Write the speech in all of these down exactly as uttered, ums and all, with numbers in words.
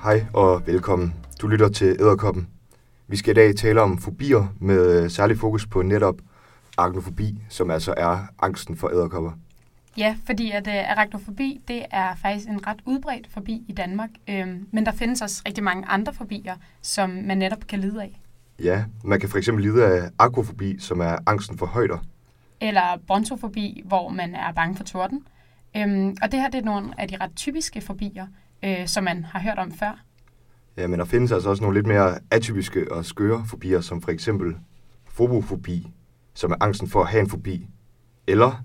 Hej og velkommen. Du lytter til Edderkoppen. Vi skal i dag tale om fobier med særlig fokus på netop arachnofobi, som altså er angsten for edderkopper. Ja, fordi at uh, arachnofobi, det er faktisk en ret udbredt fobi i Danmark. Øhm, men der findes også rigtig mange andre fobier, som man netop kan lide af. Ja, man kan for eksempel lide af agorafobi, som er angsten for højder. Eller brontofobi, hvor man er bange for torden. Øhm, og det her det er nogle af de ret typiske fobier, øh, som man har hørt om før. Ja, men der findes altså også nogle lidt mere atypiske og skøre fobier, som for eksempel fobofobi, som er angsten for at have en fobi. Eller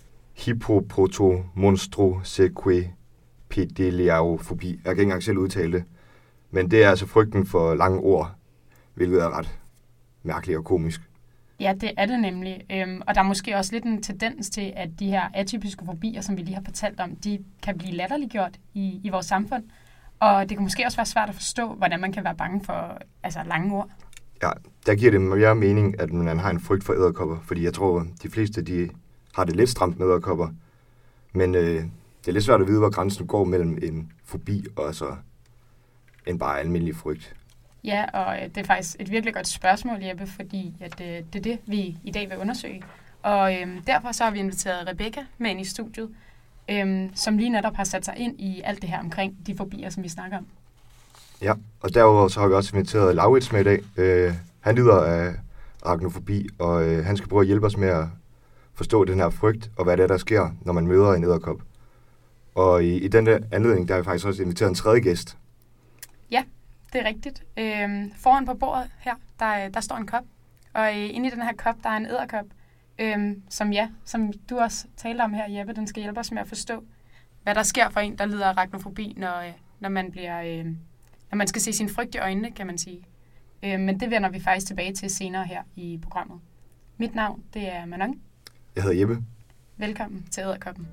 hippopotomonstrossequipedaliaofobi. Jeg kan ikke engang selv udtale det. Men det er altså frygten for lange ord, hvilket er ret mærkeligt og komisk. Ja, det er det nemlig. Øhm, og der er måske også lidt en tendens til, at de her atypiske fobier, som vi lige har fortalt om, de kan blive latterliggjort i, i vores samfund. Og det kan måske også være svært at forstå, hvordan man kan være bange for altså, lange ord. Ja, der giver det mere mening, at man har en frygt for edderkopper, fordi jeg tror, de fleste de har det lidt stramt med edderkopper. Men øh, det er lidt svært at vide, hvor grænsen går mellem en fobi og altså en bare almindelig frygt. Ja, og det er faktisk et virkelig godt spørgsmål, Jeppe, fordi at, øh, det er det, vi i dag vil undersøge. Og øh, derfor så har vi inviteret Rebecca med ind i studiet, øh, som lige netop har sat sig ind i alt det her omkring de fobier, som vi snakker om. Ja, og derudover så har vi også inviteret Laurits med i dag. Øh, han lider af arachnofobi, og øh, han skal prøve at hjælpe os med at forstå den her frygt, og hvad det er, der sker, når man møder en edderkop. Og i, i den anledning, der har vi faktisk også inviteret en tredje gæst. Ja, det er rigtigt. Øhm, foran på bordet her, der, der står en kop, og inde i den her kop, der er en edderkop, øhm, som ja, som du også talte om her, Jeppe, den skal hjælpe os med at forstå, hvad der sker for en, der lider af arachnofobi, når, når man bliver, øh, når man skal se sin frygt i øjnene, kan man sige. Øh, men det vender vi faktisk tilbage til senere her i programmet. Mit navn, det er Manon. Jeg hedder Jeppe. Velkommen til Edderkoppen.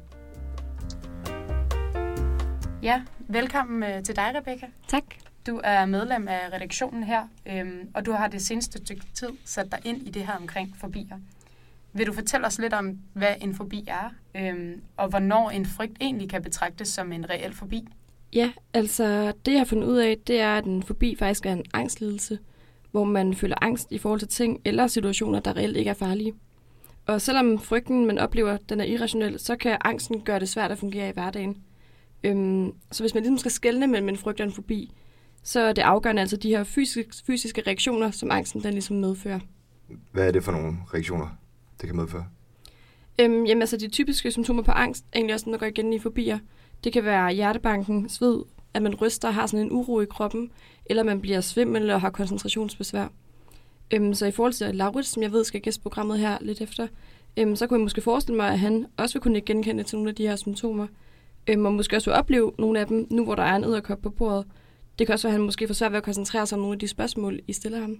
Ja, velkommen til dig, Rebecca. Tak. Du er medlem af redaktionen her, øhm, og du har det seneste stykke tid sat dig ind i det her omkring fobier. Vil du fortælle os lidt om, hvad en fobi er, øhm, og hvornår en frygt egentlig kan betragtes som en reel fobi? Ja, altså det jeg har fundet ud af, det er, at en fobi faktisk er en angstlidelse, hvor man føler angst i forhold til ting eller situationer, der reelt ikke er farlige. Og selvom frygten, man oplever, den er irrationel, så kan angsten gøre det svært at fungere i hverdagen. Øhm, så hvis man ligesom skal skelne mellem en frygt og en fobi, så er det afgørende altså de her fysiske, fysiske reaktioner, som angsten den ligesom medfører. Hvad er det for nogle reaktioner, det kan medføre? Øhm, jamen altså de typiske symptomer på angst, egentlig også når der går igen i fobier, det kan være hjertebanken, sved, at man ryster og har sådan en uro i kroppen, eller man bliver svimmel og har koncentrationsbesvær. Øhm, så i forhold til Laurits, som jeg ved skal gæste programmet her lidt efter, øhm, så kunne jeg måske forestille mig, at han også vil kunne genkende til nogle af de her symptomer, øhm, og måske også vil opleve nogle af dem, nu hvor der er en edderkop på bordet. Det kan også være, at han måske får svært ved at koncentrere sig om nogle af de spørgsmål, I stiller ham.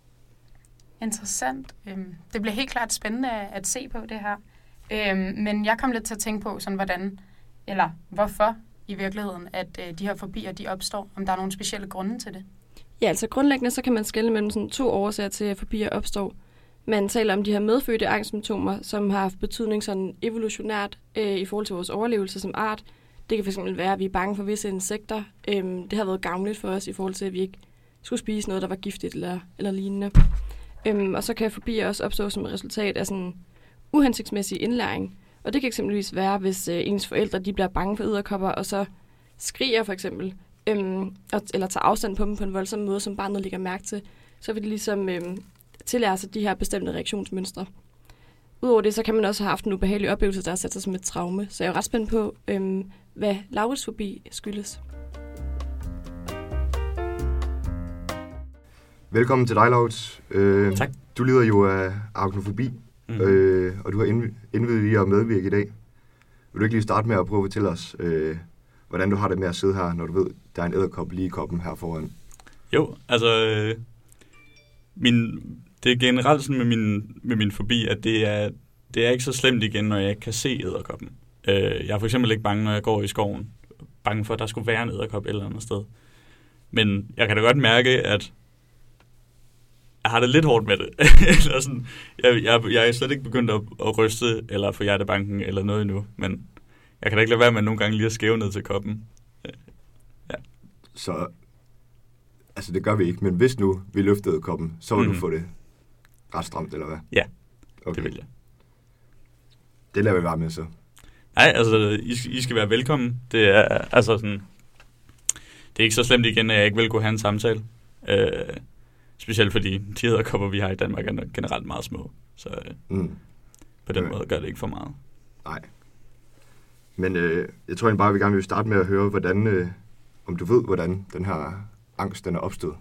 Interessant. Det bliver helt klart spændende at se på det her. Men jeg kom lidt til at tænke på, sådan hvordan, eller hvorfor i virkeligheden, at de her fobier de opstår, om der er nogle specielle grunde til det. Ja, altså grundlæggende så kan man skelne mellem sådan to årsager til, at fobier opstår. Man taler om de her medfødte angstsymptomer, som har haft betydning sådan evolutionært øh, i forhold til vores overlevelse som art. Det kan fx være, at vi er bange for visse insekter. Øhm, det har været gavnligt for os i forhold til, at vi ikke skulle spise noget, der var giftigt eller, eller lignende. Øhm, og så kan fobier også opstå som et resultat af sådan uhensigtsmæssig indlæring. Og det kan eksempelvis være, hvis øh, ens forældre de bliver bange for edderkopper, og så skriger for eksempel, øhm, eller tager afstand på dem på en voldsom måde, som barnet lægger mærke til, så vil det ligesom øhm, tillære sig de her bestemte reaktionsmønstre. Udover det, så kan man også have haft en ubehagelig oplevelse, der har sat sig som et traume. Så jeg er ret spændt på, øhm, hvad Laurits fobi skyldes. Velkommen til dig, Laurits. Øh, tak. Du lider jo af arachnofobi, mm. øh, og du har indvidet i at medvirke i dag. Vil du ikke lige starte med at prøve at fortælle os, øh, hvordan du har det med at sidde her, når du ved, der er en edderkop lige i koppen her foran? Jo, altså... Øh, min... Det er generelt sådan med min, med min fobi, at det er, det er ikke så slemt igen, når jeg ikke kan se edderkoppen. Øh, jeg er for eksempel ikke bange, når jeg går i skoven. Bange for, at der skulle være en edderkop et eller andet sted. Men jeg kan da godt mærke, at jeg har det lidt hårdt med det. eller sådan, jeg, jeg, jeg er slet ikke begyndt at, at ryste eller få hjertebanken eller noget endnu. Men jeg kan da ikke lade være med nogle gange lige at skæve ned til koppen. Ja. Så Altså, det gør vi ikke, men hvis nu vi løftede koppen, så vil mm. Mhm. du få det ret stramt, eller hvad? Ja, Okay. det vil jeg. Det lader vi være med, så. Nej, altså, I, I skal være velkommen. Det er altså sådan... Det er ikke så slemt igen, at jeg ikke vil kunne have en samtale. Øh, specielt fordi de edderkopper, vi har i Danmark, er generelt meget små. Så øh, Mm. på den Okay. måde gør det ikke for meget. Nej. Men øh, jeg tror egentlig bare, at vi gerne vil starte med at høre, hvordan, øh, om du ved, hvordan den her angst, den er opstået.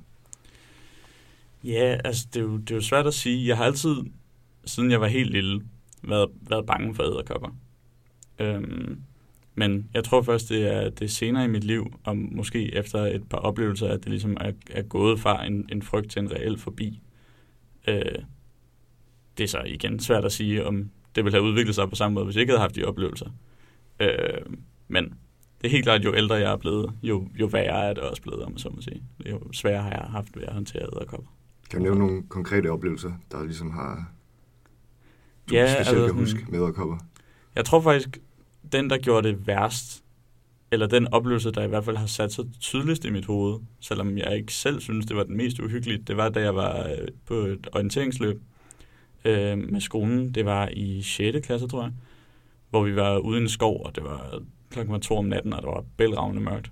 Ja, altså, det er, jo, det er jo svært at sige. Jeg har altid, siden jeg var helt lille, været, været bange for edderkopper. Øhm, men jeg tror først, det er, det er senere i mit liv, og måske efter et par oplevelser, at det ligesom er, er gået fra en, en frygt til en reel fobi. Øh, det er så igen svært at sige, om det ville have udviklet sig på samme måde, hvis jeg ikke havde haft de oplevelser. Øh, men det er helt klart, jo ældre jeg er blevet, jo, jo værre er det også blevet, om så må sige. Jo sværere har jeg haft ved at håndtere edderkopper. Kan du nævne nogle konkrete oplevelser, der ligesom har... Du Ja, specielt altså kan sådan- huske med edderkopper? Jeg tror faktisk, den der gjorde det værst, eller den oplevelse, der i hvert fald har sat sig tydeligst i mit hoved, selvom jeg ikke selv synes, det var den mest uhyggelige, det var, da jeg var øh, på et orienteringsløb øh, med skolen. Det var i sjette klasse, tror jeg, hvor vi var ude i en skov, og det var klokken var to om natten, og det var bælragende mørkt.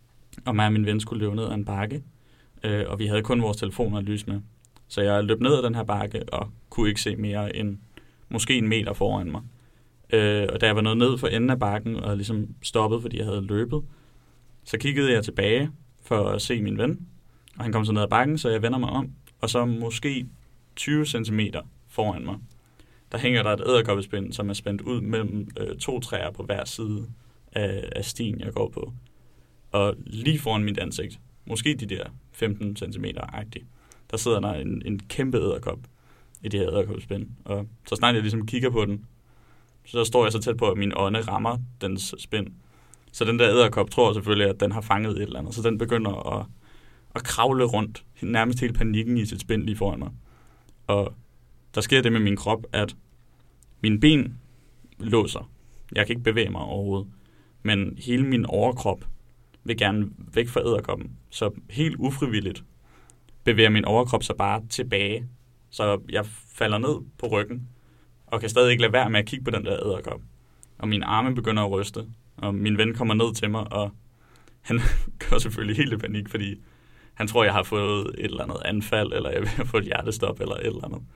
Og mig og min ven skulle løbe ned ad en bakke, øh, og vi havde kun vores telefoner at lyse med. Så jeg løb ned ad den her bakke, og kunne ikke se mere end måske en meter foran mig. Øh, og da jeg var nået ned for enden af bakken, og ligesom stoppet, fordi jeg havde løbet, så kiggede jeg tilbage for at se min ven, og han kom så ned ad bakken, så jeg vender mig om, og så måske tyve centimeter foran mig, der hænger der et edderkoppespind, som er spændt ud mellem øh, to træer på hver side af, af stien, jeg går på. Og lige foran mit ansigt, måske de der femten centimeter-agtigt, der sidder der en, en kæmpe edderkop i det her edderkoppespind. Og så snart jeg ligesom kigger på den, så står jeg så tæt på, at min ånde rammer dens spind. Så den der edderkop tror selvfølgelig, at den har fanget et eller andet. Så den begynder at, at kravle rundt, nærmest helt panikken i sit spind lige foran mig. Og der sker det med min krop, at mine ben låser. Jeg kan ikke bevæge mig overhovedet. Men hele min overkrop vil gerne væk fra edderkoppen. Så helt ufrivilligt bevæger min overkrop sig bare tilbage. Så jeg falder ned på ryggen, og kan stadig ikke lade være med at kigge på den der edderkop. Og mine arme begynder at ryste, og min ven kommer ned til mig, og han går selvfølgelig helt i panik, fordi han tror, jeg har fået et eller andet anfald, eller jeg har fået et hjertestop, eller et eller andet.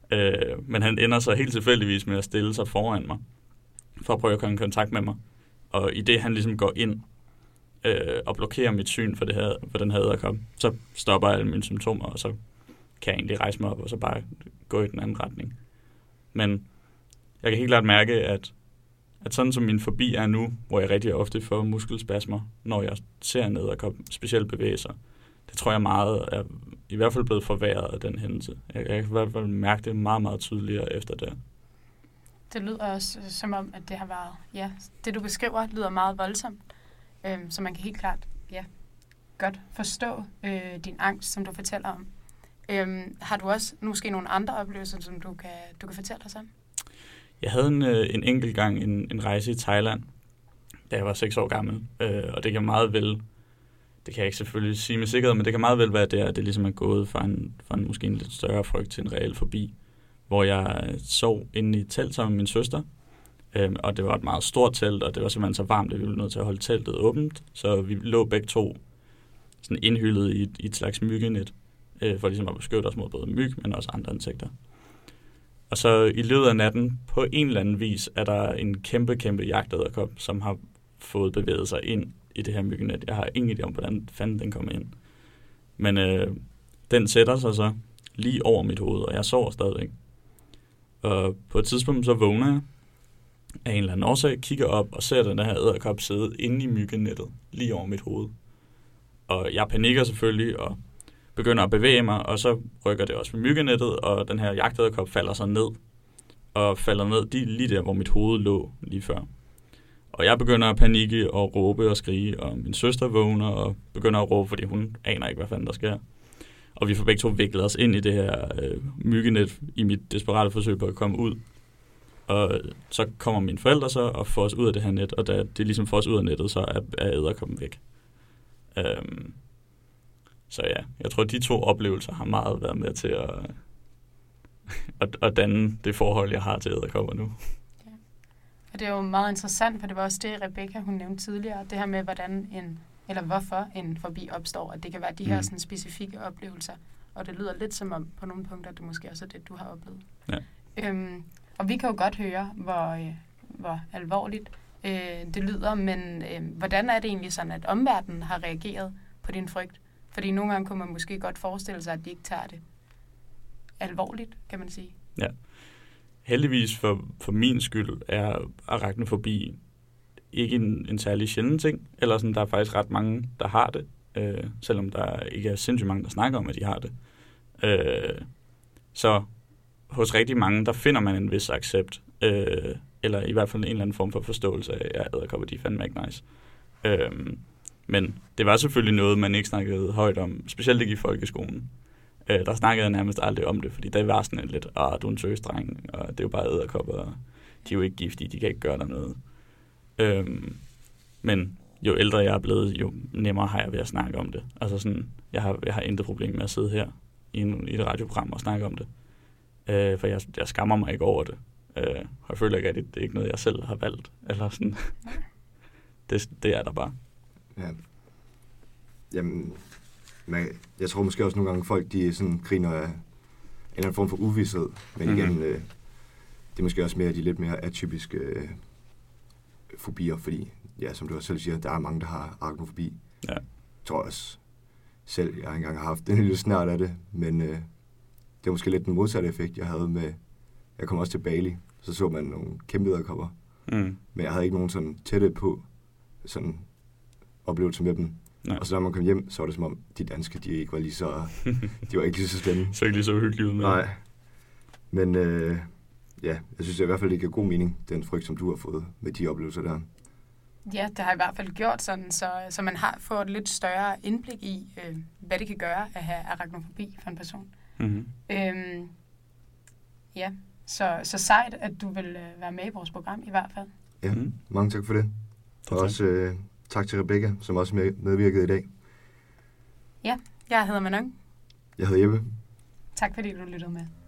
Øh, men han ender så helt tilfældigvis med at stille sig foran mig, for at prøve at komme i kontakt med mig. Og i det, han ligesom går ind øh, og blokerer mit syn for, det her, for den her edderkop, så stopper alle mine symptomer, og så kan jeg egentlig rejse mig op, og så bare gå i den anden retning. Men jeg kan helt klart mærke, at, at sådan som min fobi er nu, hvor jeg rigtig ofte får muskelspasmer, når jeg ser en edderkop specielt bevæge sig, det tror jeg meget er i hvert fald blevet forværret af den hændelse. Jeg, jeg kan i hvert fald mærke det meget, meget tydeligere efter det. Det lyder også øh, som om, at det har været, ja, det du beskriver lyder meget voldsomt. Øhm, så man kan helt klart, ja, godt forstå øh, din angst, som du fortæller om. Øhm, har du også måske nogle andre oplevelser, som du kan, du kan fortælle os om? Jeg havde en, øh, en enkelt gang en, en rejse i Thailand, da jeg var seks år gammel, øh, og det kan meget vel, det kan jeg ikke selvfølgelig sige med sikkerhed, men det kan meget vel være der, at det ligesom er gået fra en, fra en måske en lidt større frygt til en reel fobi, hvor jeg sov inde i et telt sammen med min søster, øh, og det var et meget stort telt, og det var simpelthen så varmt, at vi blev nødt til at holde teltet åbent, så vi lå begge to sådan indhyllet i et, i et slags myggenet, øh, for ligesom at beskytte os mod både myg, men også andre insekter. Og så i løbet af natten, på en eller anden vis, er der en kæmpe, kæmpe jagtedderkop, som har fået bevæget sig ind i det her myggenet. Jeg har ingen idé om, hvordan fanden den kommer ind. Men øh, den sætter sig så lige over mit hoved, og jeg sover stadigvæk. Og på et tidspunkt så vågner jeg af en eller anden årsag, kigger op og ser den her edderkop sidde inde i myggenettet, lige over mit hoved. Og jeg panikker selvfølgelig, og begynder at bevæge mig, og så rykker det også med myggenettet, og den her jagtedderkop falder så ned, og falder ned lige der, hvor mit hoved lå lige før. Og jeg begynder at panikke og råbe og skrige, og min søster vågner og begynder at råbe, fordi hun aner ikke, hvad fanden der sker. Og vi får begge to viklet os ind i det her øh, myggenet i mit desperate forsøg på at komme ud. Og så kommer mine forældre så og får os ud af det her net, og da det ligesom får os ud af nettet, så er, er edderkoppen væk. Øhm, Så ja, jeg tror, de to oplevelser har meget været med til at, at, at danne det forhold, jeg har til edderkopper nu. Ja. Og det er jo meget interessant, for det var også det, Rebecca hun nævnte tidligere, det her med, hvordan en, eller hvorfor en fobi opstår, at det kan være de her mm. sådan, specifikke oplevelser, og det lyder lidt som om, på nogle punkter, det måske også er det, du har oplevet. Ja. Øhm, og vi kan jo godt høre, hvor, øh, hvor alvorligt øh, det lyder, men øh, hvordan er det egentlig sådan, at omverdenen har reageret på din frygt? Fordi nogle gange kunne man måske godt forestille sig, at de ikke tager det alvorligt, kan man sige. Ja. Heldigvis for, for min skyld er arachnofobi ikke en, en særlig sjælden ting, eller sådan, der er faktisk ret mange, der har det, øh, selvom der ikke er sindssygt mange, der snakker om, at de har det. Øh, så hos rigtig mange, der finder man en vis accept, øh, eller i hvert fald en eller anden form for forståelse af, at edderkopper, de er fandme ikke nice. Øh, men det var selvfølgelig noget, man ikke snakkede højt om, specielt ikke i folkeskolen. Øh, der snakkede jeg nærmest aldrig om det, fordi der var sådan lidt, ah, du er en tøsdreng, og det er jo bare edderkopper, og de er jo ikke giftige, de kan ikke gøre der noget. Øhm, men jo ældre jeg er blevet, jo nemmere har jeg ved at snakke om det. Altså sådan, jeg har, jeg har intet problem med at sidde her i, en, i et radioprogram og snakke om det. Øh, for jeg, jeg skammer mig ikke over det. Øh, og jeg føler ikke, at det, det er ikke noget, jeg selv har valgt. Eller sådan. det, det er der bare. Ja. Jamen, man, jeg tror måske også nogle gange, folk de sådan griner af en eller anden form for uvished. Men igen, mm-hmm. øh, det er måske også mere de lidt mere atypiske øh, fobier, fordi, ja, som du også selv siger, der er mange, der har arachnofobi. Ja. Jeg tror også selv, jeg har engang haft en lille snart af det, men øh, det var måske lidt den modsatte effekt, jeg havde med, jeg kom også til Bali, så så man nogle kæmpe edderkopper, mm. men jeg havde ikke nogen sådan tætte på sådan oplevelse med dem. Nej. Og så når man kom hjem, så var det som om, de danske, de ikke var lige så, de var ikke lige så spændende. Så ikke lige så hyggeligt ud med. Nej, men øh, ja, jeg synes i hvert fald, det giver god mening, den frygt, som du har fået med de oplevelser der. Ja, det har i hvert fald gjort sådan, så, så man har fået et lidt større indblik i, øh, hvad det kan gøre at have arachnofobi for en person. Mm-hmm. Øhm, ja, så, så sejt, at du vil øh, være med i vores program i hvert fald. Ja, mm. mange tak for det. Og også øh, tak til Rebecca, som også med, medvirkede i dag. Ja, jeg hedder Manon. Jeg hedder Jeppe. Tak fordi du lyttede med.